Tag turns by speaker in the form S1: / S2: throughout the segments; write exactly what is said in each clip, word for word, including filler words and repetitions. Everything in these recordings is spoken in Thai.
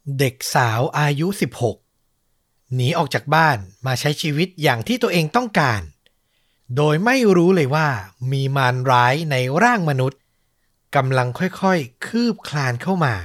S1: เด็กสาวอายุสิบหกหนีออกจากบ้านมาใช้ชีวิตอย่างที่ตัวเองต้องการโดยไม่รู้เลยว่ามีมารร้ายในร่างมนุษย์กำลังค่อยๆคืบคลานเข้ามา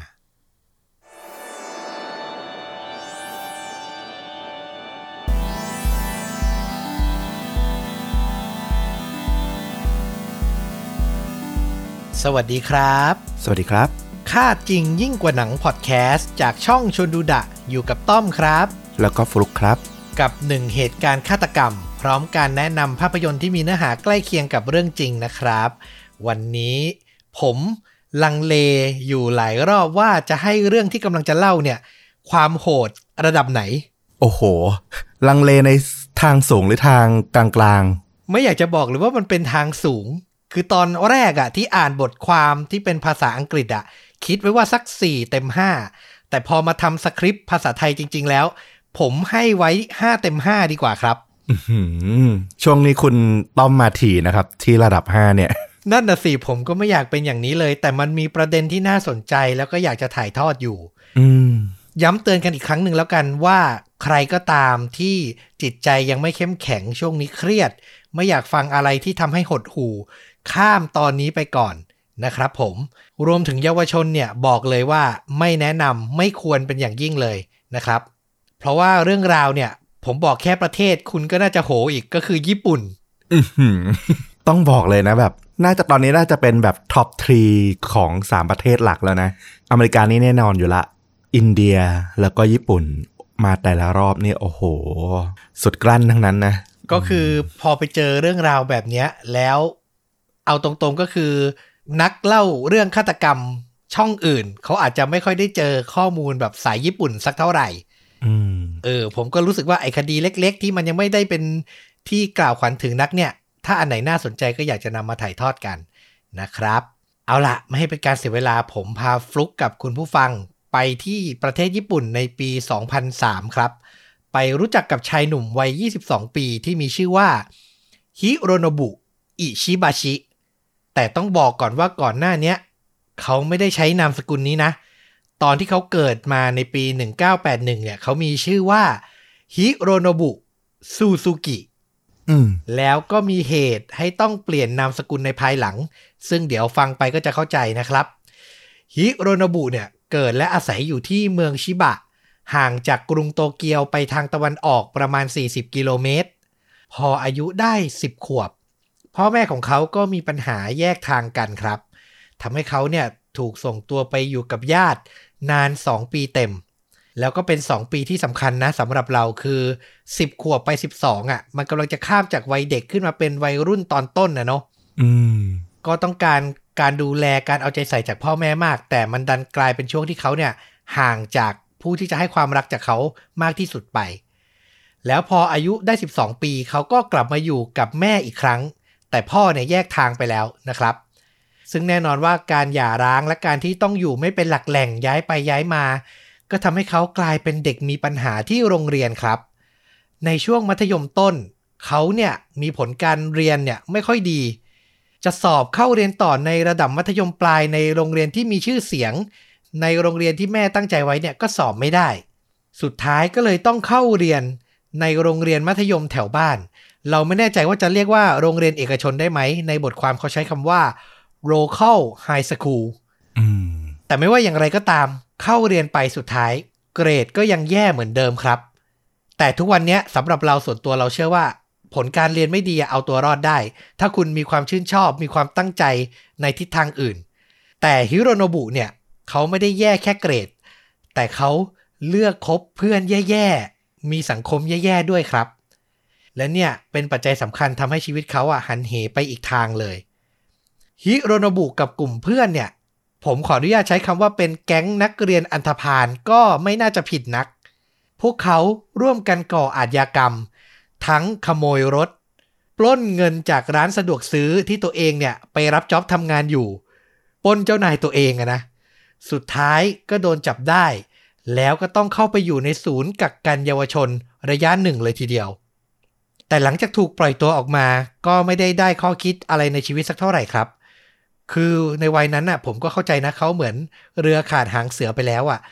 S1: สวัสดีครับ
S2: สวัสดีครับ
S1: ค่าจริงยิ่งกว่าหนังพอดแคสต์จากช่องชวนดูดะอยู่กับต้อมครับ
S2: แล้วก็ฟลุกครับ
S1: กับหนึ่งเหตุการณ์ฆาตกรรมพร้อมการแนะนำภาพยนตร์ที่มีเนื้อหาใกล้เคียงกับเรื่องจริงนะครับวันนี้ผมลังเลอยู่หลายรอบว่าจะให้เรื่องที่กำลังจะเล่าเนี่ยความโหดระดับไหน
S2: โอ้โหลังเลในทางสูงหรือทางกลาง
S1: ๆไม่อยากจะบอกเลยว่ามันเป็นทางสูงคือตอนแรกอะที่อ่านบทความที่เป็นภาษาอังกฤษอะคิดไว้ว่าสักสี่เต็มห้าแต่พอมาทำสคริปต์ภาษาไทยจริงๆแล้วผมให้ไว้ห้าเต็มห้าดีกว่าครับ
S2: ช่วงนี้คุณต้อมมาถี่นะครับที่ระดับห้าเนี่ย
S1: นั่นน่ะสิผมก็ไม่อยากเป็นอย่างนี้เลยแต่มันมีประเด็นที่น่าสนใจแล้วก็อยากจะถ่ายทอดอยู่ย้ำเตือนกันอีกครั้งหนึ่งแล้วกันว่าใครก็ตามที่จิตใจยังไม่เข้มแข็งช่วงนี้เครียดไม่อยากฟังอะไรที่ทำให้หดหู่ข้ามตอนนี้ไปก่อนนะครับผมรวมถึงเยาวชนเนี่ยบอกเลยว่าไม่แนะนำไม่ควรเป็นอย่างยิ่งเลยนะครับเพราะว่าเรื่องราวเนี่ยผมบอกแค่ประเทศคุณก็น่าจะโหอีกก็คือญี่ปุ่น
S2: ต้องบอกเลยนะแบบน่าจะตอนนี้น่าจะเป็นแบบท็อปสามของสามประเทศหลักแล้วนะอเมริกานี่แน่นอนอยู่ละอินเดียแล้วก็ญี่ปุ่นมาแต่ละรอบนี่โอ้โหสุดกลั้นทั้งนั้นนะ
S1: ก็คือพอไปเจอเรื่องราวแบบนี้แล้วเอาตรงๆก็คือนักเล่าเรื่องฆาตกรรมช่องอื่นเขาอาจจะไม่ค่อยได้เจอข้อมูลแบบสายญี่ปุ่นสักเท่าไหร่เออผมก็รู้สึกว่าไอ้คดีเล็กๆที่มันยังไม่ได้เป็นที่กล่าวขวัญถึงนักเนี่ยถ้าอันไหนน่าสนใจก็อยากจะนำมาถ่ายทอดกันนะครับเอาล่ะไม่ให้เป็นการเสียเวลาผมพาฟลุกกับคุณผู้ฟังไปที่ประเทศญี่ปุ่นในปีสองพันสามครับไปรู้จักกับชายหนุ่มวัยยี่สิบสองปีที่มีชื่อว่าฮิโรโนบุอิชิบาชิแต่ต้องบอกก่อนว่าก่อนหน้านี้เขาไม่ได้ใช้นามสกุลนี้นะตอนที่เขาเกิดมาในปีหนึ่งเก้าแปดหนึ่งเนี่ยเขามีชื่อว่าฮิโรโนบุซูซูกิแล้วก็มีเหตุให้ต้องเปลี่ยนนามสกุลในภายหลังซึ่งเดี๋ยวฟังไปก็จะเข้าใจนะครับฮิโรโนบุเนี่ยเกิดและอาศัยอยู่ที่เมืองชิบะห่างจากกรุงโตเกียวไปทางตะวันออกประมาณสี่สิบกิโลเมตรพออายุได้สิบขวบพ่อแม่ของเขาก็มีปัญหาแยกทางกันครับทำให้เขาเนี่ยถูกส่งตัวไปอยู่กับญาตินานสองปีเต็มแล้วก็เป็นสองปีที่สำคัญนะสำหรับเราคือสิบขวบไปสิบสองอ่ะมันกำลังจะข้ามจากวัยเด็กขึ้นมาเป็นวัยรุ่นตอนต้นนะเนาะอืมก็ต้องการการดูแลการเอาใจใส่จากพ่อแม่มากแต่มันดันกลายเป็นช่วงที่เขาเนี่ยห่างจากผู้ที่จะให้ความรักจากเขามากที่สุดไปแล้วพออายุได้สิบสองปีเขาก็กลับมาอยู่กับแม่อีกครั้งแต่พ่อเนี่ยแยกทางไปแล้วนะครับซึ่งแน่นอนว่าการหย่าร้างและการที่ต้องอยู่ไม่เป็นหลักแหล่งย้ายไปย้ายมาก็ทำให้เขากลายเป็นเด็กมีปัญหาที่โรงเรียนครับในช่วงมัธยมต้นเขาเนี่ยมีผลการเรียนเนี่ยไม่ค่อยดีจะสอบเข้าเรียนต่อในระดับมัธยมปลายในโรงเรียนที่มีชื่อเสียงในโรงเรียนที่แม่ตั้งใจไว้เนี่ยก็สอบไม่ได้สุดท้ายก็เลยต้องเข้าเรียนในโรงเรียนมัธยมแถวบ้านเราไม่แน่ใจว่าจะเรียกว่าโรงเรียนเอกชนได้ไหมในบทความเขาใช้คำว่า local high school แต่ไม่ว่าอย่างไรก็ตามเข้าเรียนไปสุดท้ายเกรดก็ยังแย่เหมือนเดิมครับแต่ทุกวันนี้สำหรับเราส่วนตัวเราเชื่อว่าผลการเรียนไม่ดีเอาตัวรอดได้ถ้าคุณมีความชื่นชอบมีความตั้งใจในทิศทางอื่นแต่ฮิโรโนบุเนี่ยเขาไม่ได้แย่แค่เกรดแต่เขาเลือกคบเพื่อนแย่ๆมีสังคมแย่ๆด้วยครับและเนี่ยเป็นปัจจัยสำคัญทำให้ชีวิตเขาอ่ะหันเหไปอีกทางเลยฮิโรโนบุกับกลุ่มเพื่อนเนี่ยผมขออนุญาตใช้คำว่าเป็นแก๊งนักเรียนอันธพาลก็ไม่น่าจะผิดนักพวกเขาร่วมกันก่ออาชญากรรมทั้งขโมยรถปล้นเงินจากร้านสะดวกซื้อที่ตัวเองเนี่ยไปรับจ็อบทำงานอยู่ปล้นเจ้านายตัวเองอะนะสุดท้ายก็โดนจับได้แล้วก็ต้องเข้าไปอยู่ในศูนย์กักกันเยาวชนระยะหนึ่งเลยทีเดียวแต่หลังจากถูกปล่อยตัวออกมาก็ไม่ได้ได้ข้อคิดอะไรในชีวิตสักเท่าไหร่ครับคือในวัยนั้นน่ะผมก็เข้าใจนะเขาเหมือนเรือขาดหางเสือไปแล้วอ่ะ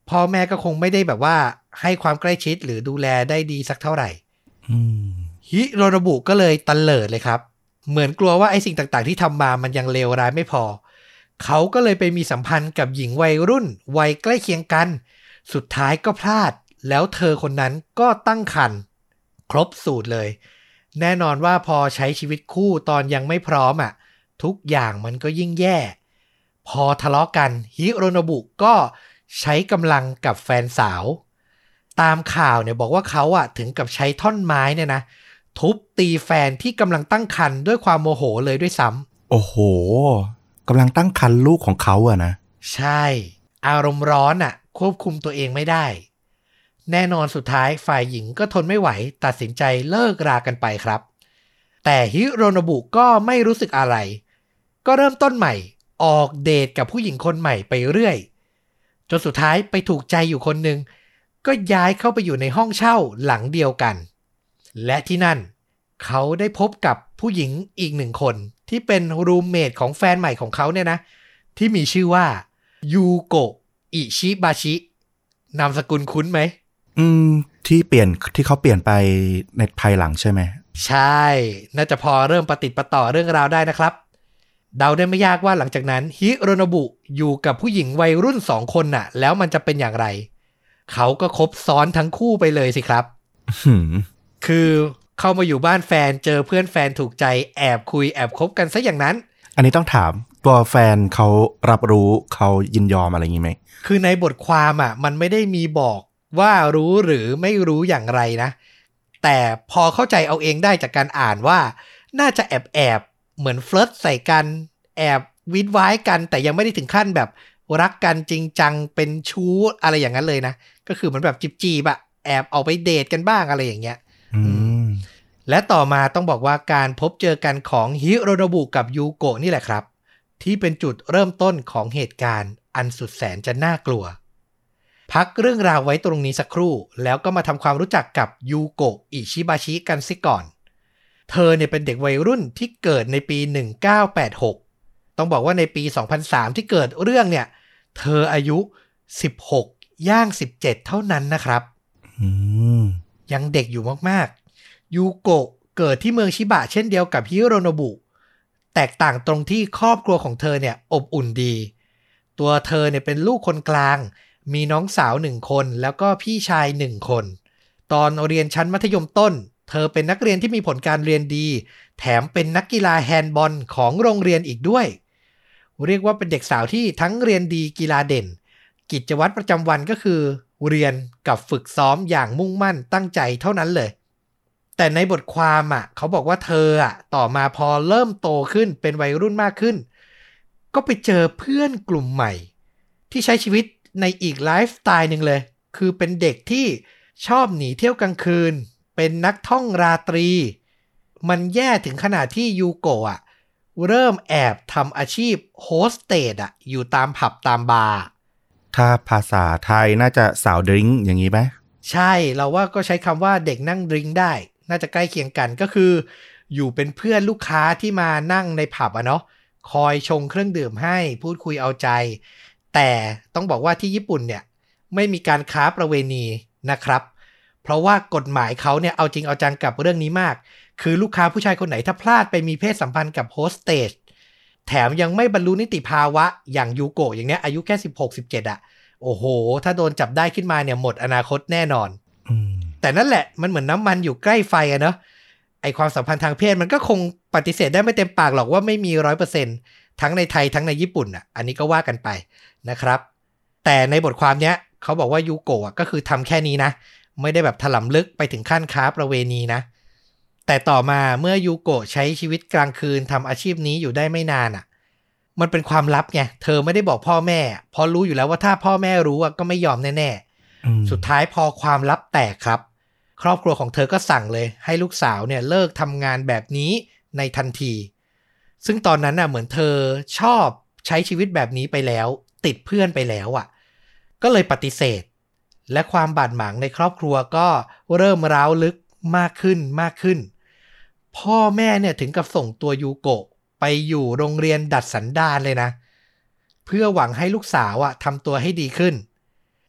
S1: พ่อแม่ก็คงไม่ได้แบบว่าให้ความใกล้ชิดหรือดูแลได้ดีสักเท่าไหร่ฮิโรโนบุก็เลยตะเลิดเลยครับเหมือนกลัวว่าไอ้สิ่งต่างๆที่ทำมามันยังเลวร้ายไม่พอเขาก็เลยไปมีสัมพันธ์กับหญิงวัยรุ่นวัยใกล้เคียงกันสุดท้ายก็พลาดแล้วเธอคนนั้นก็ตั้งครรภ์ครบสูตรเลยแน่นอนว่าพอใช้ชีวิตคู่ตอนยังไม่พร้อมอ่ะทุกอย่างมันก็ยิ่งแย่พอทะเลาะกันฮิโรโนบุก็ใช้กำลังกับแฟนสาวตามข่าวเนี่ยบอกว่าเขาอ่ะถึงกับใช้ท่อนไม้เนี่ยนะทุบตีแฟนที่กำลังตั้งครรภ์ด้วยความโมโหเลยด้วยซ้ำ
S2: โอ้โหกำลังตั้งครรภ์ลูกของเขาอะนะ
S1: ใช่อารมณ์ร้อนอ่ะควบคุมตัวเองไม่ได้แน่นอนสุดท้ายฝ่ายหญิงก็ทนไม่ไหวตัดสินใจเลิกรากันไปครับแต่ฮิโรโนบุก็ไม่รู้สึกอะไรก็เริ่มต้นใหม่ออกเดทกับผู้หญิงคนใหม่ไปเรื่อยจนสุดท้ายไปถูกใจอยู่คนหนึ่งก็ย้ายเข้าไปอยู่ในห้องเช่าหลังเดียวกันและที่นั่นเขาได้พบกับผู้หญิงอีกหนึ่งคนที่เป็นรูมเมทของแฟนใหม่ของเขาเนี่ยนะที่มีชื่อว่ายูโกะอิชิบาชินามสกุลคุ้นไหม
S2: อืมที่เปลี่ยนที่เขาเปลี่ยนไปในภายหลังใช่ไหม
S1: ใช่น่าจะพอเริ่มประติดประต่อเรื่องราวได้นะครับเดาได้ไม่ยากว่าหลังจากนั้นฮิโรโนบุอยู่กับผู้หญิงวัยรุ่นสองคนน่ะแล้วมันจะเป็นอย่างไรเขาก็คบซ้อนทั้งคู่ไปเลยสิครับ คือเข้ามาอยู่บ้านแฟนเจอเพื่อนแฟนถูกใจแอบคุยแอบคบกันซะอย่างนั้น
S2: อันนี้ต้องถามตัวแฟนเขารับรู้เขายินยอมอะไรอย่างนี้ไหม
S1: คือในบทความอ่ะมันไม่ได้มีบอกว่ารู้หรือไม่รู้อย่างไรนะแต่พอเข้าใจเอาเองได้จากการอ่านว่าน่าจะแอบแอบเหมือนเฟลิร์ตใส่กันแอบวิดไว้กันแต่ยังไม่ได้ถึงขั้นแบบรักกันจริงจังเป็นชู้อะไรอย่างนั้นเลยนะก็คือเหมือนแบบจีบๆอะแอบออกไปเดทกันบ้างอะไรอย่างเงี้ยและต่อมาต้องบอกว่าการพบเจอกันของฮิโรโนบุกับยูโกะนี่แหละครับที่เป็นจุดเริ่มต้นของเหตุการณ์อันสุดแสนจะน่ากลัวพักเรื่องราวไว้ตรงนี้สักครู่แล้วก็มาทำความรู้จักกับยูโกะอิชิบาชิกันซิก่อนเธอเนี่ยเป็นเด็กวัยรุ่นที่เกิดในปีหนึ่งพันเก้าร้อยแปดสิบหกต้องบอกว่าในปีสองพันสามที่เกิดเรื่องเนี่ยเธออายุสิบหกย่างสิบเจ็ดเท่านั้นนะครับยังเด็กอยู่มากๆยูโกะเกิดที่เมืองชิบะเช่นเดียวกับฮิโรโนบุแตกต่างตรงที่ครอบครัวของเธอเนี่ยอบอุ่นดีตัวเธอเนี่ยเป็นลูกคนกลางมีน้องสาวหนึ่งคนแล้วก็พี่ชายหนึ่งคนตอนเรียนชั้นมัธยมต้นเธอเป็นนักเรียนที่มีผลการเรียนดีแถมเป็นนักกีฬาแฮนด์บอลของโรงเรียนอีกด้วยเรียกว่าเป็นเด็กสาวที่ทั้งเรียนดีกีฬาเด่นกิจวัตรประจำวันก็คือเรียนกับฝึกซ้อมอย่างมุ่งมั่นตั้งใจเท่านั้นเลยแต่ในบทความอ่ะเขาบอกว่าเธออ่ะต่อมาพอเริ่มโตขึ้นเป็นวัยรุ่นมากขึ้นก็ไปเจอเพื่อนกลุ่มใหม่ที่ใช้ชีวิตในอีกไลฟ์สไตล์หนึ่งเลยคือเป็นเด็กที่ชอบหนีเที่ยวกลางคืนเป็นนักท่องราตรีมันแย่ถึงขนาดที่ยูโกะอ่ะเริ่มแอบทำอาชีพโฮสเตสอ่ะอยู่ตามผับตามบาร์
S2: ถ้าภาษาไทยน่าจะสาวดริงก์อย่างนี้ไหม
S1: ใช่เราว่าก็ใช้คำว่าเด็กนั่งดริงก์ได้น่าจะใกล้เคียงกันก็คืออยู่เป็นเพื่อนลูกค้าที่มานั่งในผับอะเนาะคอยชงเครื่องดื่มให้พูดคุยเอาใจแต่ต้องบอกว่าที่ญี่ปุ่นเนี่ยไม่มีการค้าประเวณีนะครับเพราะว่ากฎหมายเขาเนี่ยเอาจริงเอาจังกับเรื่องนี้มากคือลูกค้าผู้ชายคนไหนถ้าพลาดไปมีเพศสัมพันธ์กับโฮสเตสแถมยังไม่บรรลุนิติภาวะอย่างยูโกะอย่างเนี้ยอายุแค่สิบหก สิบเจ็ดอ่ะโอ้โหถ้าโดนจับได้ขึ้นมาเนี่ยหมดอนาคตแน่นอนแต่นั่นแหละมันเหมือนน้ำมันอยู่ใกล้ไฟอะเนาะไอความสัมพันธ์ทางเพศมันก็คงปฏิเสธได้ไม่เต็มปากหรอกว่าไม่มี ร้อยเปอร์เซ็นต์ ทั้งในไทยทั้งในญี่ปุ่นอ่ะอันนี้ก็ว่ากันไปนะครับแต่ในบทความเนี้ยเขาบอกว่ายูโกะก็คือทำแค่นี้นะไม่ได้แบบถลำลึกไปถึงขั้นค้าประเวณีนะแต่ต่อมาเมื่อยูโกะใช้ชีวิตกลางคืนทำอาชีพนี้อยู่ได้ไม่นานอ่ะมันเป็นความลับไงเธอไม่ได้บอกพ่อแม่เพราะรู้อยู่แล้วว่าถ้าพ่อแม่รู้ก็ไม่ยอมแน่ๆสุดท้ายพอความลับแตกครับครอบครัวของเธอก็สั่งเลยให้ลูกสาวเนี่ยเลิกทำงานแบบนี้ในทันทีซึ่งตอนนั้นน่ะเหมือนเธอชอบใช้ชีวิตแบบนี้ไปแล้วติดเพื่อนไปแล้วอ่ะก็เลยปฏิเสธและความบาดหมางในครอบครัวก็เริ่มร้าวลึกมากขึ้นมากขึ้นพ่อแม่เนี่ยถึงกับส่งตัวยูโกะไปอยู่โรงเรียนดัดสันดานเลยนะเพื่อหวังให้ลูกสาวอ่ะทำตัวให้ดีขึ้น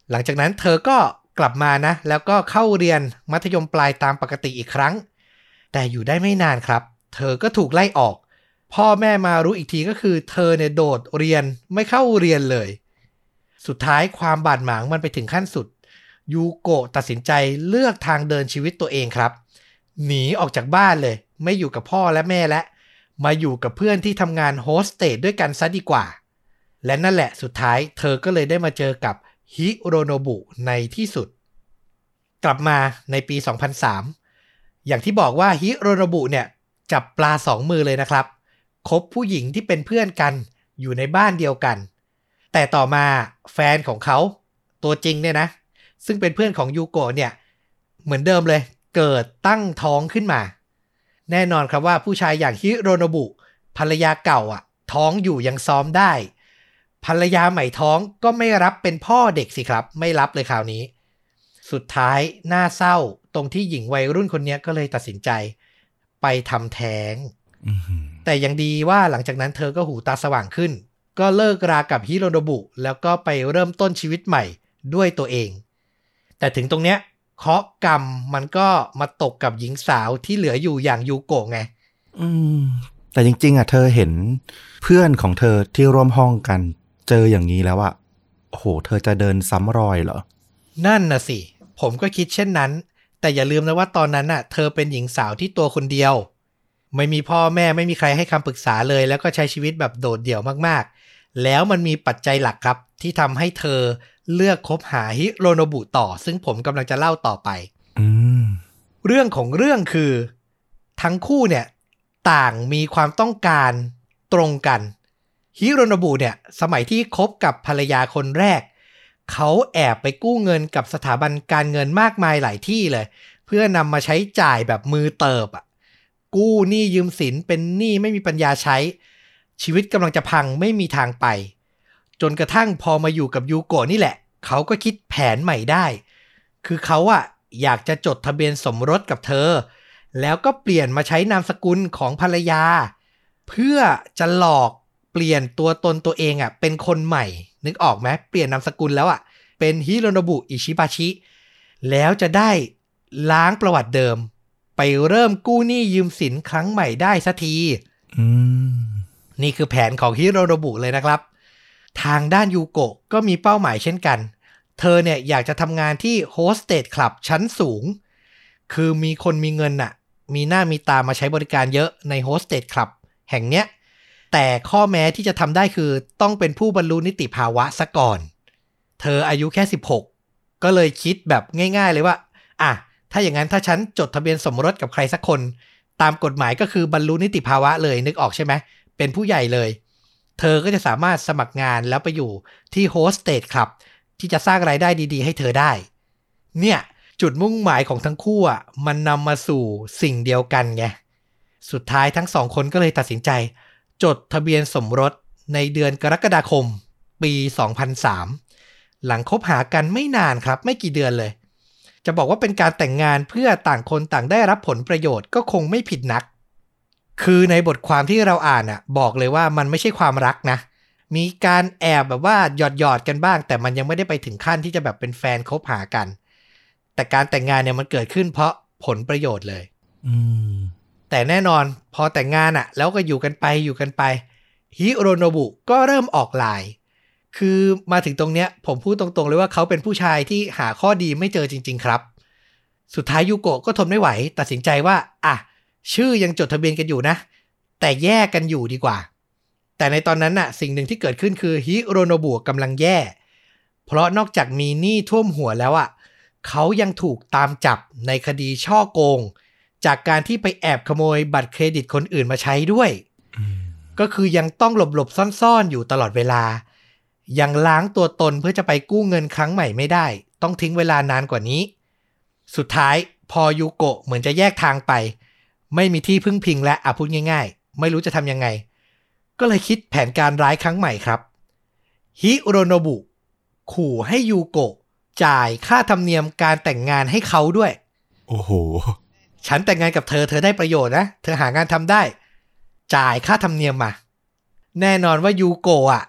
S1: หลังจากนั้นเธอก็กลับมานะแล้วก็เข้าเรียนมัธยมปลายตามปกติอีกครั้งแต่อยู่ได้ไม่นานครับเธอก็ถูกไล่ออกพ่อแม่มารู้อีกทีก็คือเธอเนี่ยโดดเรียนไม่เข้าเรียนเลยสุดท้ายความบาดหมางมันไปถึงขั้นสุดยูโกะตัดสินใจเลือกทางเดินชีวิตตัวเองครับหนีออกจากบ้านเลยไม่อยู่กับพ่อและแม่และมาอยู่กับเพื่อนที่ทำงานโฮสเตสด้วยกันซะดีกว่าและนั่นแหละสุดท้ายเธอก็เลยได้มาเจอกับฮิโรโนบุในที่สุดกลับมาในปีสองพันสามอย่างที่บอกว่าฮิโรโนบุเนี่ยจับปลาสองมือเลยนะครับคบผู้หญิงที่เป็นเพื่อนกันอยู่ในบ้านเดียวกันแต่ต่อมาแฟนของเขาตัวจริงเนี่ยนะซึ่งเป็นเพื่อนของยูโกะเนี่ยเหมือนเดิมเลยเกิดตั้งท้องขึ้นมาแน่นอนครับว่าผู้ชายอย่างฮิโรโนบุภรรยาเก่าอ่ะท้องอยู่ยังซ้อมได้ภรรยาใหม่ท้องก็ไม่รับเป็นพ่อเด็กสิครับไม่รับเลยคราวนี้สุดท้ายน่าเศร้าตรงที่หญิงวัยรุ่นคนนี้ก็เลยตัดสินใจไปทำแท้ง mm-hmm. แต่ยังดีว่าหลังจากนั้นเธอก็หูตาสว่างขึ้นก็เลิกรากับฮิโรโนบุแล้วก็ไปเริ่มต้นชีวิตใหม่ด้วยตัวเองแต่ถึงตรงเนี้ยเคราะห์กรรมมันก็มาตกกับหญิงสาวที่เหลืออยู่อย่างยูโกะไง
S2: อืมแต่จริงๆอ่ะเธอเห็นเพื่อนของเธอที่ร่วมห้องกันเจออย่างนี้แล้วอ่ะโอ้โหเธอจะเดินซ้ำรอยเหรอ
S1: นั่นน่ะสิผมก็คิดเช่นนั้นแต่อย่าลืมนะว่าตอนนั้นน่ะเธอเป็นหญิงสาวที่ตัวคนเดียวไม่มีพ่อแม่ไม่มีใครให้คำปรึกษาเลยแล้วก็ใช้ชีวิตแบบโดดเดี่ยวมากๆแล้วมันมีปัจจัยหลักครับที่ทำให้เธอเลือกคบหาฮิโรโนบุต่อซึ่งผมกำลังจะเล่าต่อไป
S2: อืม
S1: เรื่องของเรื่องคือทั้งคู่เนี่ยต่างมีความต้องการตรงกันฮิโรโนบุเนี่ยสมัยที่คบกับภรรยาคนแรกเขาแอบไปกู้เงินกับสถาบันการเงินมากมายหลายที่เลยเพื่อนำมาใช้จ่ายแบบมือเติบอ่ะกู้หนี้ยืมสินเป็นหนี้ไม่มีปัญญาใช้ชีวิตกำลังจะพังไม่มีทางไปจนกระทั่งพอมาอยู่กับยูโกะนี่แหละเขาก็คิดแผนใหม่ได้คือเขาอะอยากจะจดทะเบียนสมรสกับเธอแล้วก็เปลี่ยนมาใช้นามสกุลของภรรยาเพื่อจะหลอกเปลี่ยนตัวตนตัวเองอะเป็นคนใหม่นึกออกไหมเปลี่ยนนามสกุลแล้วอะเป็นฮิโรโนบุอิชิบาชิแล้วจะได้ล้างประวัติเดิมไปเริ่มกู้หนี้ยืมสินครั้งใหม่ได้สักที
S2: อืม
S1: นี่คือแผนของฮิโรโนบุเลยนะครับทางด้านยูโกะก็มีเป้าหมายเช่นกันเธอเนี่ยอยากจะทำงานที่โฮสเตสคลับชั้นสูงคือมีคนมีเงินน่ะมีหน้ามีตามาใช้บริการเยอะในโฮสเตสคลับแห่งเนี้ยแต่ข้อแม้ที่จะทำได้คือต้องเป็นผู้บรรลุนิติภาวะซะก่อนเธออายุแค่สิบหกก็เลยคิดแบบง่ายๆเลยว่าอ่ะถ้าอย่างนั้นถ้าฉันจดทะเบียนสมรสกับใครสักคนตามกฎหมายก็คือบรรลุนิติภาวะเลยนึกออกใช่ไหมเป็นผู้ใหญ่เลยเธอก็จะสามารถสมัครงานแล้วไปอยู่ที่โฮสเตสคลับที่จะสร้างรายได้ดีๆให้เธอได้เนี่ยจุดมุ่งหมายของทั้งคู่อ่ะมันนำมาสู่สิ่งเดียวกันไงสุดท้ายทั้งสองคนก็เลยตัดสินใจจดทะเบียนสมรสในเดือนกรกฎาคมปีสองพันสามหลังคบหากันไม่นานครับไม่กี่เดือนเลยจะบอกว่าเป็นการแต่งงานเพื่อต่างคนต่างได้รับผลประโยชน์ก็คงไม่ผิดนักคือในบทความที่เราอ่านอ่ะบอกเลยว่ามันไม่ใช่ความรักนะมีการแอบแบบว่าหยอดหยอดกันบ้างแต่มันยังไม่ได้ไปถึงขั้นที่จะแบบเป็นแฟนคบหากันแต่การแต่งงานเนี่ยมันเกิดขึ้นเพราะผลประโยชน์เลย
S2: อืม
S1: แต่แน่นอนพอแต่งงานอ่ะแล้วก็อยู่กันไปอยู่กันไปฮิโรโนบุก็เริ่มออกลายคือมาถึงตรงเนี้ยผมพูดตรงๆเลยว่าเขาเป็นผู้ชายที่หาข้อดีไม่เจอจริงๆครับสุดท้ายยูโกะก็ทนไม่ไหวตัดสินใจว่าอ่ะชื่อยังจดทะเบียนกันอยู่นะแต่แยกกันอยู่ดีกว่าแต่ในตอนนั้นน่ะสิ่งหนึ่งที่เกิดขึ้นคือฮิโรโนบุกำลังแย่เพราะนอกจากมีหนี้ท่วมหัวแล้วอ่ะเขายังถูกตามจับในคดีฉ้อโกงจากการที่ไปแอบขโมยบัตรเครดิตคนอื่นมาใช้ด้วย ก็คือยังต้องหลบๆซ่อนๆอยู่ตลอดเวลายังล้างตัวตนเพื่อจะไปกู้เงินครั้งใหม่ไม่ได้ต้องทิ้งเวลานานกว่านี้สุดท้ายพอยูโกะเหมือนจะแยกทางไปไม่มีที่พึ่งพิงและอ่ะพูดง่ายๆไม่รู้จะทำยังไงก็เลยคิดแผนการร้ายครั้งใหม่ครับฮิโรโนบุขู่ให้ยูโกะจ่ายค่าธรรมเนียมการแต่งงานให้เขาด้วย
S2: โอ้โห
S1: ฉันแต่งงานกับเธอเธอได้ประโยชน์นะเธอหางานทำได้จ่ายค่าธรรมเนียมมาแน่นอนว่ายูโกะอ่ะ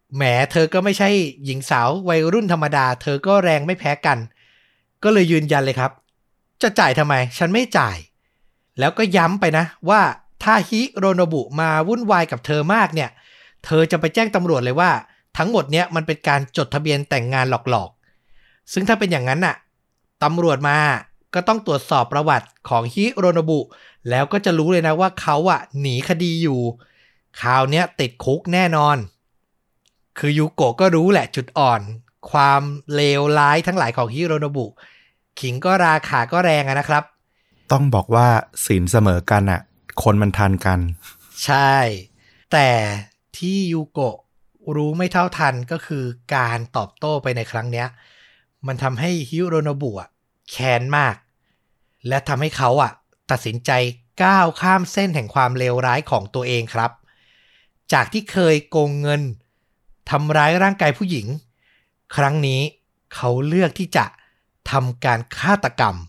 S1: แหมเธอก็ไม่ใช่หญิงสาววัยรุ่นธรรมดาเธอก็แรงไม่แพ้กันก็เลยยืนยันเลยครับจะจ่ายทำไมฉันไม่จ่ายแล้วก็ย้ำไปนะว่าถ้าฮิโรโนบุมาวุ่นวายกับเธอมากเนี่ยเธอจะไปแจ้งตำรวจเลยว่าทั้งหมดเนี้ยมันเป็นการจดทะเบียนแต่งงานหลอกๆซึ่งถ้าเป็นอย่างนั้นน่ะตำรวจมาก็ต้องตรวจสอบประวัติของฮิโรโนบุแล้วก็จะรู้เลยนะว่าเขาอ่ะหนีคดีอยู่คราวเนี้ยติดคุกแน่นอนคือยูโกะก็รู้แหละจุดอ่อนความเลวร้ายทั้งหลายของฮิโรโนบุขิงก็ราขาก็แรงอะนะครับ
S2: ต้องบอกว่าศีลเสมอกันอ่ะคนมันทันกัน
S1: ใช่แต่ที่ยูโกะรู้ไม่เท่าทันก็คือการตอบโต้ไปในครั้งเนี้ยมันทำให้ฮิโรโนบุอ่ะแค้นมากและทำให้เขาอ่ะตัดสินใจก้าวข้ามเส้นแห่งความเลวร้ายของตัวเองครับจากที่เคยโกงเงินทำร้ายร่างกายผู้หญิงครั้งนี้เขาเลือกที่จะทำการฆาตกรรม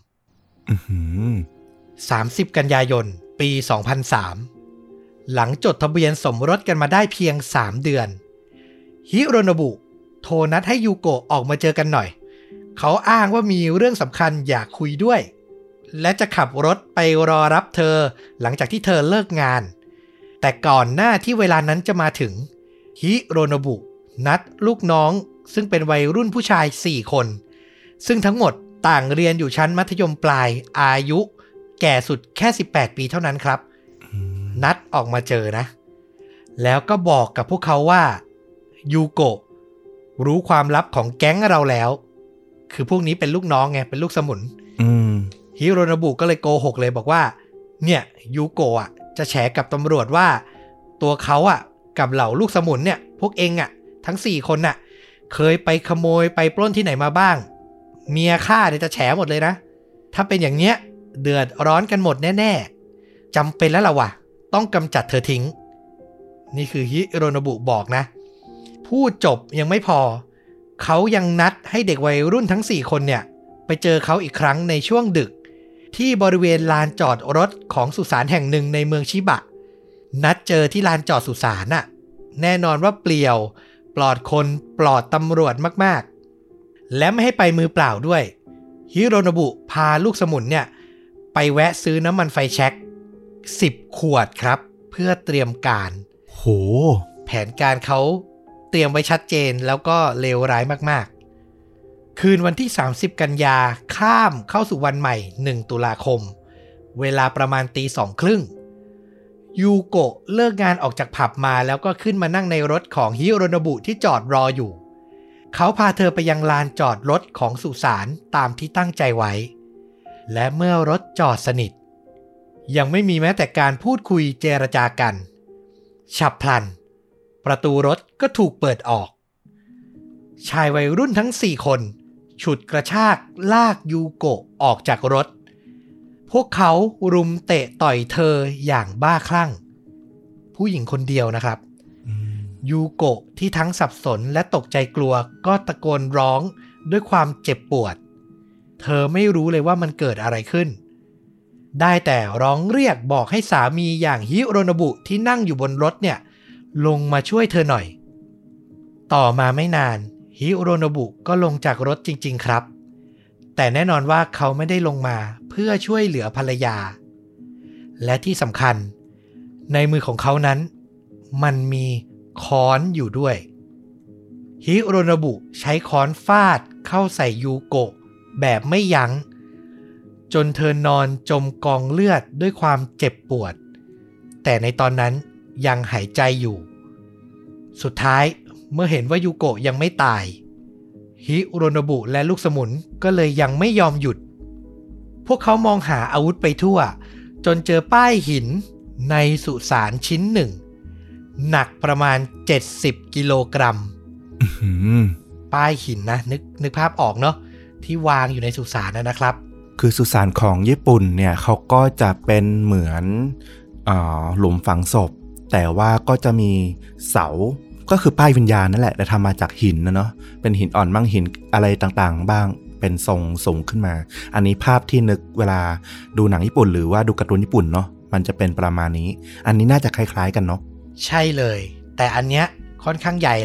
S1: สามสิบกันยายนปีสองพันสามหลังจดทะเบียนสมรสกันมาได้เพียงสามเดือนฮิโรโนบุโทรนัดให้ยูโกะออกมาเจอกันหน่อยเขาอ้างว่ามีเรื่องสำคัญอยากคุยด้วยและจะขับรถไปรอรับเธอหลังจากที่เธอเลิกงานแต่ก่อนหน้าที่เวลานั้นจะมาถึงฮิโรโนบุนัดลูกน้องซึ่งเป็นวัยรุ่นผู้ชายสี่คนซึ่งทั้งหมดต่างเรียนอยู่ชั้นมัธยมปลายอายุแก่สุดแค่สิบแปดปีเท่านั้นครับนัดออกมาเจอนะแล้วก็บอกกับพวกเขาว่ายูโกะรู้ความลับของแก๊งเราแล้วคือพวกนี้เป็นลูกน้องไงเป็นลูกสมุนฮิโรโนบุก็เลยโกหกเลยบอกว่าเนี่ยยูโกะอ่ะจะแฉกับตำรวจว่าตัวเขาอ่ะกับเหล่าลูกสมุนเนี่ยพวกเองอ่ะทั้งสี่คนน่ะเคยไปขโมยไปปล้นที่ไหนมาบ้างเมียข้าเนี่ยจะแฉหมดเลยนะถ้าเป็นอย่างเนี้ยเดือดร้อนกันหมดแน่ๆจำเป็นแล้วล่ะวะต้องกำจัดเธอทิ้งนี่คือฮิโรโนบุบอกนะพูดจบยังไม่พอเขายังนัดให้เด็กวัยรุ่นทั้งสี่คนเนี่ยไปเจอเขาอีกครั้งในช่วงดึกที่บริเวณลานจอดรถของสุสานแห่งหนึ่งในเมืองชิบะนัดเจอที่ลานจอดสุสานน่ะแน่นอนว่าเปลี่ยวปลอดคนปลอดตำรวจมากๆและไม่ให้ไปมือเปล่าด้วยฮิโรโนบุพาลูกสมุนเนี่ยไปแวะซื้อน้ำมันไฟแช็กสิบขวดครับเพื่อเตรียมการ
S2: โห
S1: แผนการเขาเตรียมไว้ชัดเจนแล้วก็เลวร้ายมากๆคืนวันที่สามสิบกันยาข้ามเข้าสู่วันใหม่หนึ่งตุลาคมเวลาประมาณตีสองครึ่งยูโกะเลิกงานออกจากผับมาแล้วก็ขึ้นมานั่งในรถของฮิโรโนบุที่จอดรออยู่เขาพาเธอไปยังลานจอดรถของสุสานตามที่ตั้งใจไว้และเมื่อรถจอดสนิทยังไม่มีแม้แต่การพูดคุยเจรจากันฉับพลันประตูรถก็ถูกเปิดออกชายวัยรุ่นทั้งสี่คนฉุดกระชากลากยูโกะออกจากรถพวกเขารุมเตะต่อยเธออย่างบ้าคลั่งผู้หญิงคนเดียวนะครับยูโกะที่ทั้งสับสนและตกใจกลัวก็ตะโกนร้องด้วยความเจ็บปวดเธอไม่รู้เลยว่ามันเกิดอะไรขึ้นได้แต่ร้องเรียกบอกให้สามีอย่างฮิโรโนบุที่นั่งอยู่บนรถเนี่ยลงมาช่วยเธอหน่อยต่อมาไม่นานฮิโรโนบุก็ลงจากรถจริงๆครับแต่แน่นอนว่าเขาไม่ได้ลงมาเพื่อช่วยเหลือภรรยาและที่สำคัญในมือของเขานั้นมันมีค้อนอยู่ด้วยฮิโรโนบุใช้ค้อนฟาดเข้าใส่ยูโกะแบบไม่ยั้งจนเธอนอนจมกองเลือดด้วยความเจ็บปวดแต่ในตอนนั้นยังหายใจอยู่สุดท้ายเมื่อเห็นว่ายูโกะยังไม่ตายฮิโรโนบุและลูกสมุนก็เลยยังไม่ยอมหยุดพวกเขามองหาอาวุธไปทั่วจนเจอป้ายหินในสุสานชิ้นหนึ่งหนักประมาณเจ็ดสิบกิโลกรัมป้ายหินนะนึกนึกภาพออกเนาะที่วางอยู่ในสุสานนะครับ
S2: คือสุสานของญี่ปุ่นเนี่ยเขาก็จะเป็นเหมือนอ่าหลุมฝังศพแต่ว่าก็จะมีเสาก็คือป้ายวิญญาณนั่นแหละแต่ทำมาจากหินนะเนาะเป็นหินอ่อนบ้างหินอะไรต่างๆบ้างเป็นทรงสูงขึ้นมาอันนี้ภาพที่นึกเวลาดูหนังญี่ปุ่นหรือว่าดูการ์ตูนญี่ปุ่นเนาะมันจะเป็นประมาณนี้อันนี้น่าจะคล้ายๆกันเนาะ
S1: ใช่เลยแต่อันเนี้ยค่อนข้างใหญ่แหละ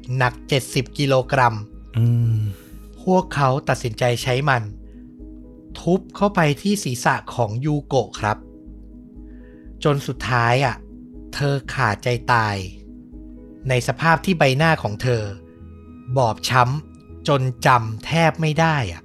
S1: หนักเจ็ดสิบกิโลกรัม
S2: อืม
S1: พวกเขาตัดสินใจใช้มันทุบเข้าไปที่ศีรษะของยูโกะครับจนสุดท้ายอ่ะเธอขาดใจตายในสภาพที่ใบหน้าของเธอบอบช้ำจนจำแทบไม่ได้อ่ะ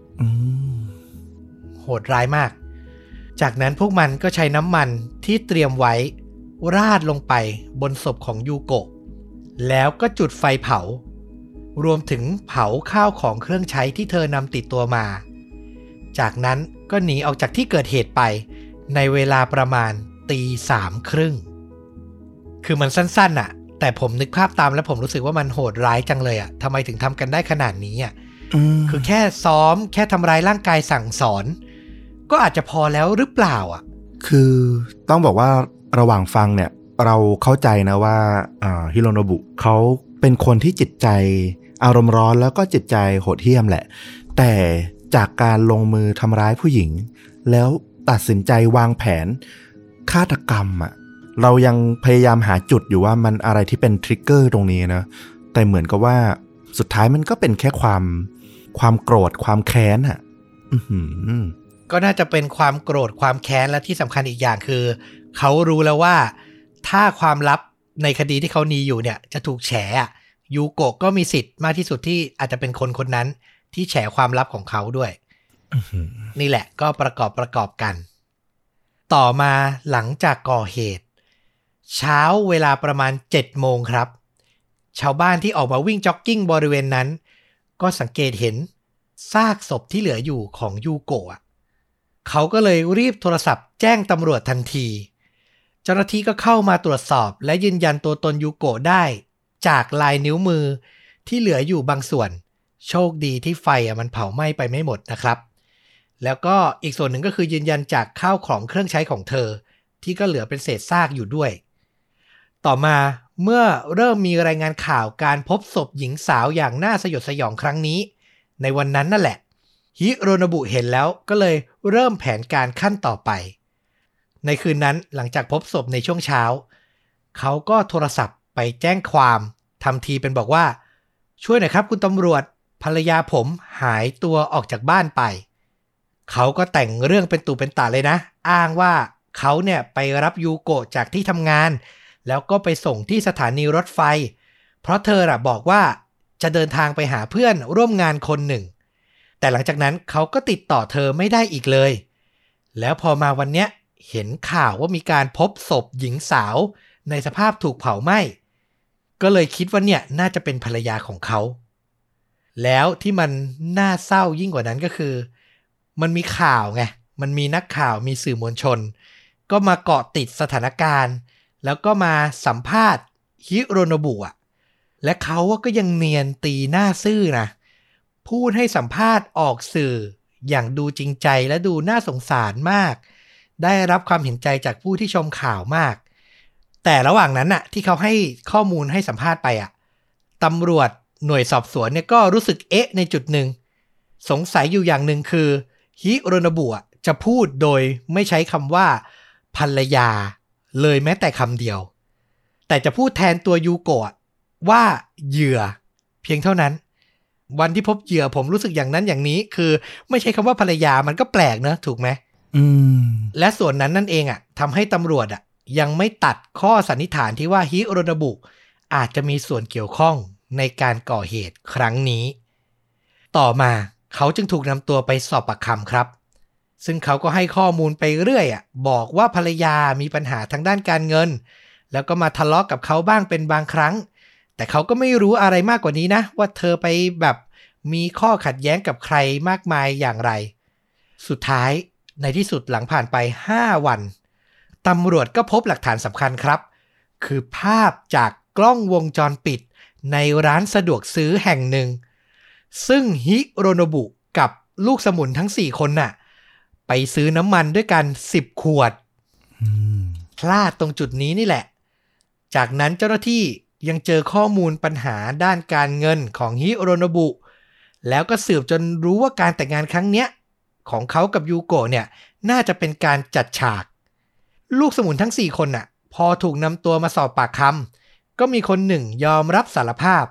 S1: โหดร้ายมากจากนั้นพวกมันก็ใช้น้ำมันที่เตรียมไว้ราดลงไปบนศพของยูโกะแล้วก็จุดไฟเผารวมถึงเผาข้าวของเครื่องใช้ที่เธอนำติดตัวมาจากนั้นก็หนีออกจากที่เกิดเหตุไปในเวลาประมาณตีสามครึ่งคือมันสั้นๆน่ะแต่ผมนึกภาพตามแล้วผมรู้สึกว่ามันโหดร้ายจังเลยอ่ะทำไมถึงทำกันได้ขนาดนี้อ่ะคือแค่ซ้อมแค่ทำร้ายร่างกายสั่งสอนก็อาจจะพอแล้วหรือเปล่าอ่ะ
S2: คือต้องบอกว่าระหว่างฟังเนี่ยเราเข้าใจนะว่าฮิโรโนบุเขาเป็นคนที่จิตใจอารมณ์ร้อนแล้วก็จิตใจโหดเหี้ยมแหละแต่จากการลงมือทำร้ายผู้หญิงแล้วตัดสินใจวางแผนฆาตกรรมอ่ะเรายังพยายามหาจุดอยู่ว่ามันอะไรที่เป็นทริกเกอร์ตรงนี้นะแต่เหมือนกับว่าสุดท้ายมันก็เป็นแค่ความความโกรธความแค้นอ่ะ
S1: ก็น่าจะเป็นความโกรธความแค้นและที่สำคัญอีกอย่างคือเขารู้แล้วว่าถ้าความลับในคดีที่เขาหนีอยู่เนี่ยจะถูกแฉยูโกะก็มีสิทธิ์มากที่สุดที่อาจจะเป็นคนคนนั้นที่แฉความลับของเขาด้วยนี่แหละก็ประกอบประกอบกันต่อมาหลังจากก่อเหตุเช้าเวลาประมาณเจ็ดโมงครับชาวบ้านที่ออกมาวิ่งจ็อกกิ้งบริเวณนั้นก็สังเกตเห็นซากศพที่เหลืออยู่ของยูโกะเขาก็เลยรีบโทรศัพท์แจ้งตำรวจทันทีเจ้าหน้าที่ก็เข้ามาตรวจสอบและยืนยันตัวตนยูโกะได้จากลายนิ้วมือที่เหลืออยู่บางส่วนโชคดีที่ไฟมันเผาไหม้ไปไม่หมดนะครับแล้วก็อีกส่วนหนึ่งก็คือยืนยันจากข้าวของเครื่องใช้ของเธอที่ก็เหลือเป็นเศษซากอยู่ด้วยต่อมาเมื่อเริ่มมีรายงานข่าวการพบศพหญิงสาวอย่างน่าสยดสยองครั้งนี้ในวันนั้นนั่นแหละฮิโรโนบุเห็นแล้วก็เลยเริ่มแผนการขั้นต่อไปในคืนนั้นหลังจากพบศพในช่วงเช้าเขาก็โทรศัพท์ไปแจ้งความทำทีเป็นบอกว่าช่วยหน่อยครับคุณตำรวจภรรยาผมหายตัวออกจากบ้านไปเขาก็แต่งเรื่องเป็นตู่เป็นตาเลยนะอ้างว่าเขาเนี่ยไปรับยูโกะจากที่ทำงานแล้วก็ไปส่งที่สถานีรถไฟเพราะเธออะบอกว่าจะเดินทางไปหาเพื่อนร่วมงานคนหนึ่งแต่หลังจากนั้นเขาก็ติดต่อเธอไม่ได้อีกเลยแล้วพอมาวันเนี้ยเห็นข่าวว่ามีการพบศพหญิงสาวในสภาพถูกเผาไหม้ก็เลยคิดว่าเนี่ยน่าจะเป็นภรรยาของเขาแล้วที่มันน่าเศร้ายิ่งกว่านั้นก็คือมันมีข่าวไงมันมีนักข่าวมีสื่อมวลชนก็มาเกาะติดสถานการณ์แล้วก็มาสัมภาษณ์ฮิโรโนบุอ่ะและเขาก็ยังเนียนตีหน้าซื่อนะพูดให้สัมภาษณ์ออกสื่ออย่างดูจริงใจและดูน่าสงสารมากได้รับความเห็นใจจากผู้ที่ชมข่าวมากแต่ระหว่างนั้นน่ะที่เขาให้ข้อมูลให้สัมภาษณ์ไปอ่ะตำรวจหน่วยสอบสวนเนี่ยก็รู้สึกเอ๊ะในจุดหนึ่งสงสัยอยู่อย่างหนึ่งคือฮิโรโนบุจะพูดโดยไม่ใช้คำว่าภรรยาเลยแม้แต่คำเดียวแต่จะพูดแทนตัวยูโกะว่าเหยื่อเพียงเท่านั้นวันที่พบเหยื่อผมรู้สึกอย่างนั้นอย่างนี้คือไม่ใช่คำว่าภรรยามันก็แปลกเนอะถูกไหมอืมและส่วนนั้นนั่นเองอ่ะทำให้ตำรวจอ่ะยังไม่ตัดข้อสันนิษฐานที่ว่าฮิโรโนบุอาจจะมีส่วนเกี่ยวข้องในการก่อเหตุครั้งนี้ต่อมาเขาจึงถูกนำตัวไปสอบปากคำครับซึ่งเขาก็ให้ข้อมูลไปเรื่อยอ่ะบอกว่าภรรยามีปัญหาทางด้านการเงินแล้วก็มาทะเลาะกับเขาบ้างเป็นบางครั้งแต่เขาก็ไม่รู้อะไรมากกว่านี้นะว่าเธอไปแบบมีข้อขัดแย้งกับใครมากมายอย่างไรสุดท้ายในที่สุดหลังผ่านไปห้าวันตำรวจก็พบหลักฐานสำคัญครับคือภาพจากกล้องวงจรปิดในร้านสะดวกซื้อแห่งหนึ่งซึ่งฮิโรโนบุกับลูกสมุนทั้งสี่คนน่ะไปซื้อน้ำมันด้วยกันสิบขวดพลาดตรงจุดนี้นี่แหละจากนั้นเจ้าหน้าที่ยังเจอข้อมูลปัญหาด้านการเงินของฮิโรโนบุแล้วก็สืบจนรู้ว่าการแต่งงานครั้งเนี้ยของเขากับยูโกะเนี่ยน่าจะเป็นการจัดฉากลูกสมุนทั้งสี่คนน่ะพอถูกนำตัวมาสอบปากคำก็มีคนหนึ่งยอมรับสารภาพ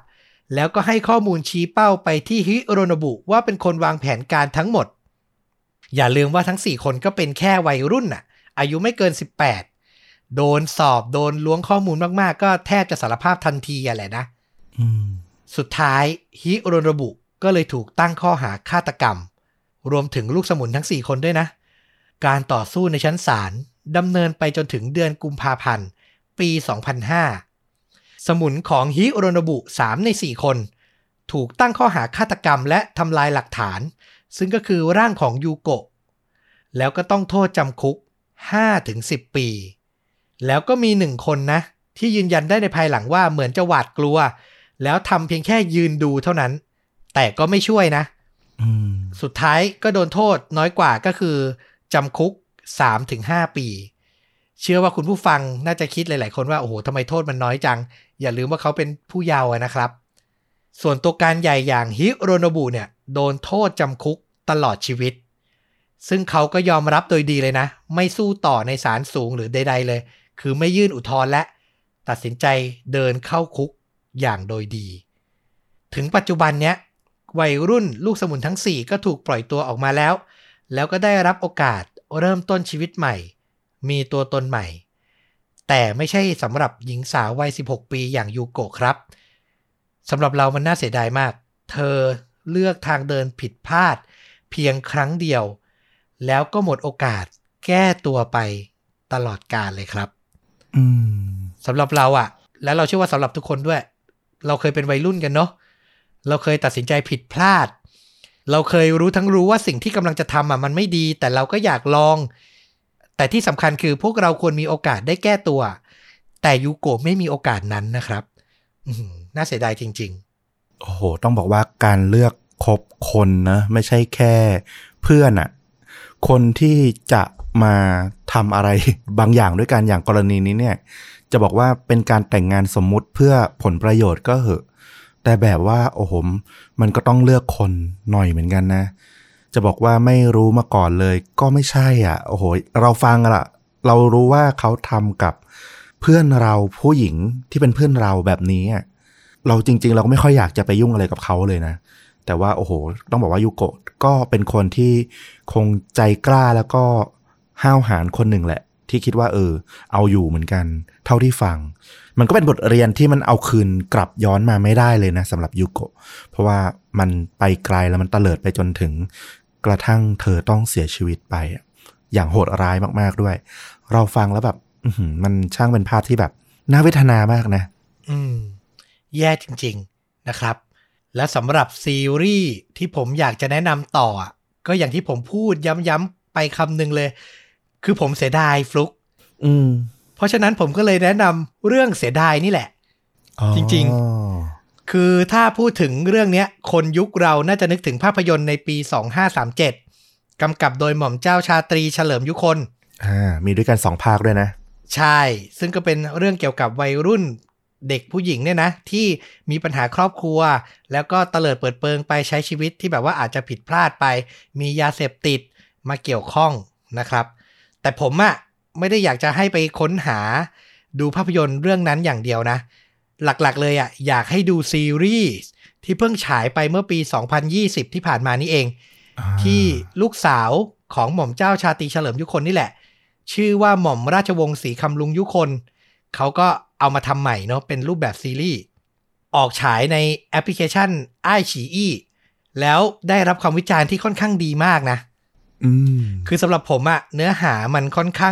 S1: แล้วก็ให้ข้อมูลชี้เป้าไปที่ฮิโรโนบุว่าเป็นคนวางแผนการทั้งหมดอย่าลืมว่าทั้งสี่คนก็เป็นแค่วัยรุ่นน่ะอายุไม่เกินสิบแปดโดนสอบโดนล้วงข้อมูลมากๆก็แทบจะสารภาพทันทีแหละนะสุดท้ายฮิโรโนบุก็เลยถูกตั้งข้อหาฆาตกรรมรวมถึงลูกสมุนทั้งสี่คนด้วยนะการต่อสู้ในชั้นศาลดำเนินไปจนถึงเดือนกุมภาพันธ์ปีสองพันห้าสมุนของฮิโรโนบุสามในสี่คนถูกตั้งข้อหาฆาตกรรมและทำลายหลักฐานซึ่งก็คือร่างของยูโกะแล้วก็ต้องโทษจำคุก ห้าถึงสิบ ปีแล้วก็มีหนึ่งคนนะที่ยืนยันได้ในภายหลังว่าเหมือนจะหวาดกลัวแล้วทำเพียงแค่ยืนดูเท่านั้นแต่ก็ไม่ช่วยนะสุดท้ายก็โดนโทษน้อยกว่าก็คือจำคุก สามถึงห้า ปีเชื่อว่าคุณผู้ฟังน่าจะคิดหลายๆคนว่าโอ้โหทำไมโทษมันน้อยจังอย่าลืมว่าเขาเป็นผู้เยาว์นะครับส่วนตัวการใหญ่อย่างฮิโรโนบุเนี่ยโดนโทษจำคุกตลอดชีวิตซึ่งเขาก็ยอมรับโดยดีเลยนะไม่สู้ต่อในศาลสูงหรือใดๆเลยคือไม่ยื่นอุทธรณ์และตัดสินใจเดินเข้าคุกอย่างโดยดีถึงปัจจุบันเนี้ยวัยรุ่นลูกสมุนทั้งสี่ก็ถูกปล่อยตัวออกมาแล้วแล้วก็ได้รับโอกาสเริ่มต้นชีวิตใหม่มีตัวตนใหม่แต่ไม่ใช่สำหรับหญิงสาววัยสิบหกปีอย่างยูโกะครับสำหรับเรามันน่าเสียดายมากเธอเลือกทางเดินผิดพลาดเพียงครั้งเดียวแล้วก็หมดโอกาสแก้ตัวไปตลอดกาลเลยครับ
S2: อืม
S1: สำหรับเราอะและเราเชื่อว่าสำหรับทุกคนด้วยเราเคยเป็นวัยรุ่นกันเนาะเราเคยตัดสินใจผิดพลาดเราเคยรู้ทั้งรู้ว่าสิ่งที่กำลังจะทำอะมันไม่ดีแต่เราก็อยากลองแต่ที่สำคัญคือพวกเราควรมีโอกาสได้แก้ตัวแต่ยูโกะไม่มีโอกาสนั้นนะครับน่าเสียดายจริง
S2: ๆโอ้โหต้องบอกว่าการเลือกคบคนนะไม่ใช่แค่เพื่อนอะคนที่จะมาทำอะไรบางอย่างด้วยกันอย่างกรณีนี้เนี่ยจะบอกว่าเป็นการแต่งงานสมมุติเพื่อผลประโยชน์ก็เหอะแต่แบบว่าโอ้โหมันก็ต้องเลือกคนหน่อยเหมือนกันนะจะบอกว่าไม่รู้มาก่อนเลยก็ไม่ใช่อ่ะโอ้โหเราฟังละเรารู้ว่าเขาทำกับเพื่อนเราผู้หญิงที่เป็นเพื่อนเราแบบนี้อ่ะเราจริงๆเราก็ไม่ค่อยอยากจะไปยุ่งอะไรกับเขาเลยนะแต่ว่าโอ้โหต้องบอกว่ายูโกะก็เป็นคนที่คงใจกล้าแล้วก็ห้าวหาญคนหนึ่งแหละที่คิดว่าเออเอาอยู่เหมือนกันเท่าที่ฟังมันก็เป็นบทเรียนที่มันเอาคืนกลับย้อนมาไม่ได้เลยนะสำหรับยูโกะเพราะว่ามันไปไกลแล้วมันเตลิดไปจนถึงกระทั่งเธอต้องเสียชีวิตไปอย่างโหดร้ายมากๆด้วยเราฟังแล้วแบบมันช่างเป็นภาพที่แบบน่าเวทนามากนะ
S1: อืมแย่จริงๆนะครับและสำหรับซีรีส์ที่ผมอยากจะแนะนำต่อก็อย่างที่ผมพูดย้ำๆไปคำหนึ่งเลยคือผมเสียดายฟลุก
S2: อืม
S1: เพราะฉะนั้นผมก็เลยแนะนำเรื่องเสียดายนี่แหละจริงๆคือถ้าพูดถึงเรื่องนี้คนยุคเราน่าจะนึกถึงภาพยนตร์ในปีสองพันห้าร้อยสามสิบเจ็ดกำกับโดยหม่อมเจ้าชาตรีเฉลิมยุคน
S2: อ่ามีด้วยกันสองภาคด้วยนะ
S1: ใช่ซึ่งก็เป็นเรื่องเกี่ยวกับวัยรุ่นเด็กผู้หญิงเนี่ยนะที่มีปัญหาครอบครัวแล้วก็เตลิดเปิดเปิงไปใช้ชีวิตที่แบบว่าอาจจะผิดพลาดไปมียาเสพติดมาเกี่ยวข้องนะครับแต่ผมอะไม่ได้อยากจะให้ไปค้นหาดูภาพยนตร์เรื่องนั้นอย่างเดียวนะหลักๆเลยอะอยากให้ดูซีรีส์ที่เพิ่งฉายไปเมื่อปีสองพันยี่สิบที่ผ่านมานี่เองที่ลูกสาวของหม่อมเจ้าชาตรีเฉลิมยุคนนี่แหละชื่อว่าหม่อมราชวงศ์ศรีคำลุงยุคนเขาก็เอามาทำใหม่เนาะเป็นรูปแบบซีรีส์ออกฉายในแอปพลิเคชันอ้ายฉีอี้แล้วได้รับความวิจารณ์ที่ค่อนข้างดีมากนะ
S2: อืม
S1: คือสำหรับผมอะเนื้อหามันค่อนข้าง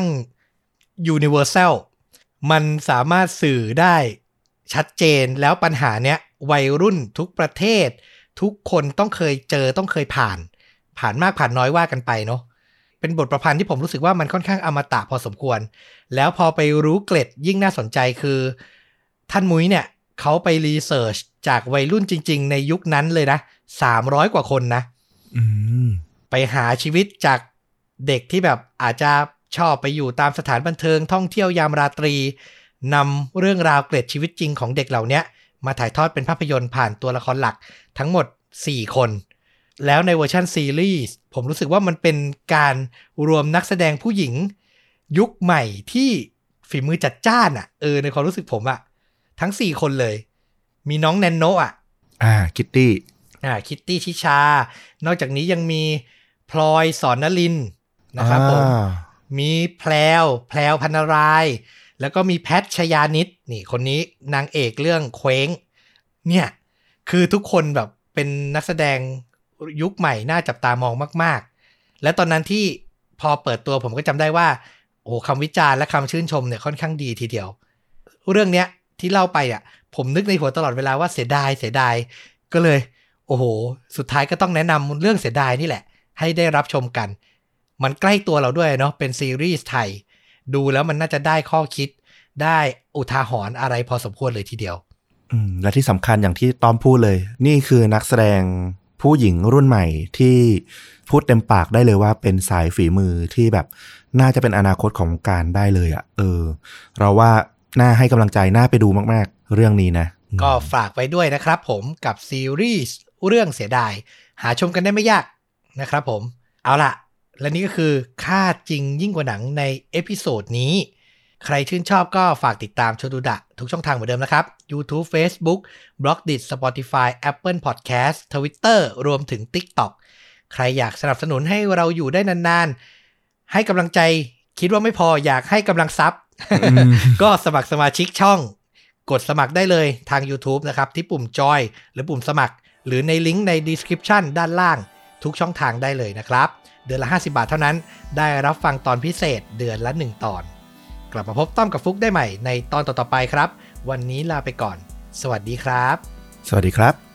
S1: universal มันสามารถสื่อได้ชัดเจนแล้วปัญหาเนี้ยวัยรุ่นทุกประเทศทุกคนต้องเคยเจอต้องเคยผ่านผ่านมากผ่านน้อยว่ากันไปเนาะเป็นบทประพันธ์ที่ผมรู้สึกว่ามันค่อนข้างอมตะพอสมควรแล้วพอไปรู้เกร็ดยิ่งน่าสนใจคือท่านมุ้ยเนี่ยเขาไปรีเสิร์ชจากวัยรุ่นจริงๆในยุคนั้นเลยนะสามร้อยกว่าคนนะ
S2: อืม
S1: ไปหาชีวิตจากเด็กที่แบบอาจจะชอบไปอยู่ตามสถานบันเทิงท่องเที่ยวยามราตรีนำเรื่องราวเกร็ดชีวิตจริงของเด็กเหล่านี้มาถ่ายทอดเป็นภาพยนตร์ผ่านตัวละครหลักทั้งหมดสี่คนแล้วในเวอร์ชันซีรีส์ผมรู้สึกว่ามันเป็นการรวมนักแสดงผู้หญิงยุคใหม่ที่ฝีมือจัดจ้านอ่ะเออในความรู้สึกผมอ่ะทั้งสี่คนเลยมีน้องแนนโนะอ่ะ
S2: อ่าคิตตี้
S1: อ่าคิตตี้ชิชานอกจากนี้ยังมีพลอยสอนนลินนะครับผมมีแพลวแพลวพรรณรายแล้วก็มีแพทชยานิดนี่คนนี้นางเอกเรื่องเคว้งเนี่ยคือทุกคนแบบเป็นนักแสดงยุคใหม่น่าจับตามองมากๆและตอนนั้นที่พอเปิดตัวผมก็จำได้ว่าโอ้คำวิจารณ์และคำชื่นชมเนี่ยค่อนข้างดีทีเดียวเรื่องเนี้ยที่เล่าไปอ่ะผมนึกในหัวตลอดเวลาว่าเสียดายเสียดายก็เลยโอ้โหสุดท้ายก็ต้องแนะนำเรื่องเสียดายนี่แหละให้ได้รับชมกันมันใกล้ตัวเราด้วยเนาะเป็นซีรีส์ไทยดูแล้วมันน่าจะได้ข้อคิดได้อุทาหรณ์อะไรพอสมควรเลยทีเดียว
S2: อืมและที่สำคัญอย่างที่ต้อมพูดเลยนี่คือนักแสดงผู้หญิงรุ่นใหม่ที่พูดเต็มปากได้เลยว่าเป็นสายฝีมือที่แบบน่าจะเป็นอนาคตของวงการได้เลยอ่ะเออเราว่าน่าให้กำลังใจน่าไปดูมากๆเรื่องนี้นะ
S1: ก็ฝากไว้ด้วยนะครับผมกับซีรีส์เรื่องเสียดายหาชมกันได้ไม่ยากนะครับผมเอาล่ะและนี่ก็คือค่าจริงยิ่งกว่าหนังในเอพิโซดนี้ใครชื่นชอบก็ฝากติดตามโชดูดะทุกช่องทางเหมือนเดิมนะครับ YouTube Facebook Blogdit Spotify Apple Podcast Twitter รวมถึง TikTok ใครอยากสนับสนุนให้เราอยู่ได้นานๆให้กำลังใจคิดว่าไม่พออยากให้กำลังซับ ก็สมัครสมาชิกช่องกดสมัครได้เลยทาง YouTube นะครับที่ปุ่มจอยหรือปุ่มสมัครหรือในลิงก์ใน description ด้านล่างทุกช่องทางได้เลยนะครับเดือนละห้าสิบบาทเท่านั้นได้รับฟังตอนพิเศษเดือนละหนึ่งตอนกลับมาพบต้อมกับฟุกได้ใหม่ในตอนต่อๆไปครับวันนี้ลาไปก่อนสวัสดีครับ
S2: สวัสดีครับ